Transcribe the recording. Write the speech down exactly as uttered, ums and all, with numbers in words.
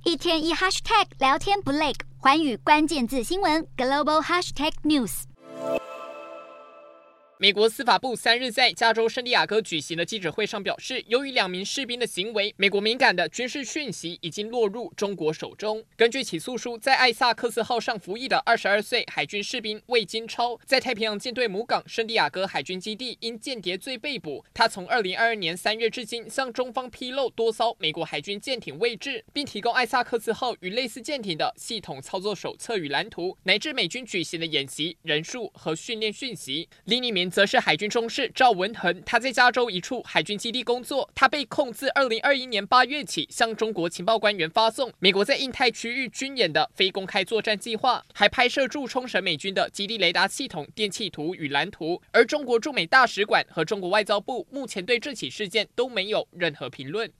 一天一 hashtag 聊天不累，寰宇关键字新闻 global hashtag news。 美国司法部三日在加州圣地亚哥举行的记者会上表示，由于两名士兵的行为，美国敏感的军事讯息已经落入中国手中。根据起诉书，在艾萨克斯号上服役的二十二岁海军士兵魏金超，在太平洋舰队母港圣地亚哥海军基地因间谍罪被捕。他从二零二二年三月至今，向中方披露多艘美国海军舰艇位置，并提供艾萨克斯号与类似舰艇的系统操作手册与蓝图，乃至美军举行的演习人数和训练讯息。另一名则是海军中士赵文恒，他在加州一处海军基地工作。他被控自二零二一年八月起向中国情报官员发送美国在印太区域军演的非公开作战计划，还拍摄驻冲绳美军的基地雷达系统电气图与蓝图。而中国驻美大使馆和中国外交部目前对这起事件都没有任何评论。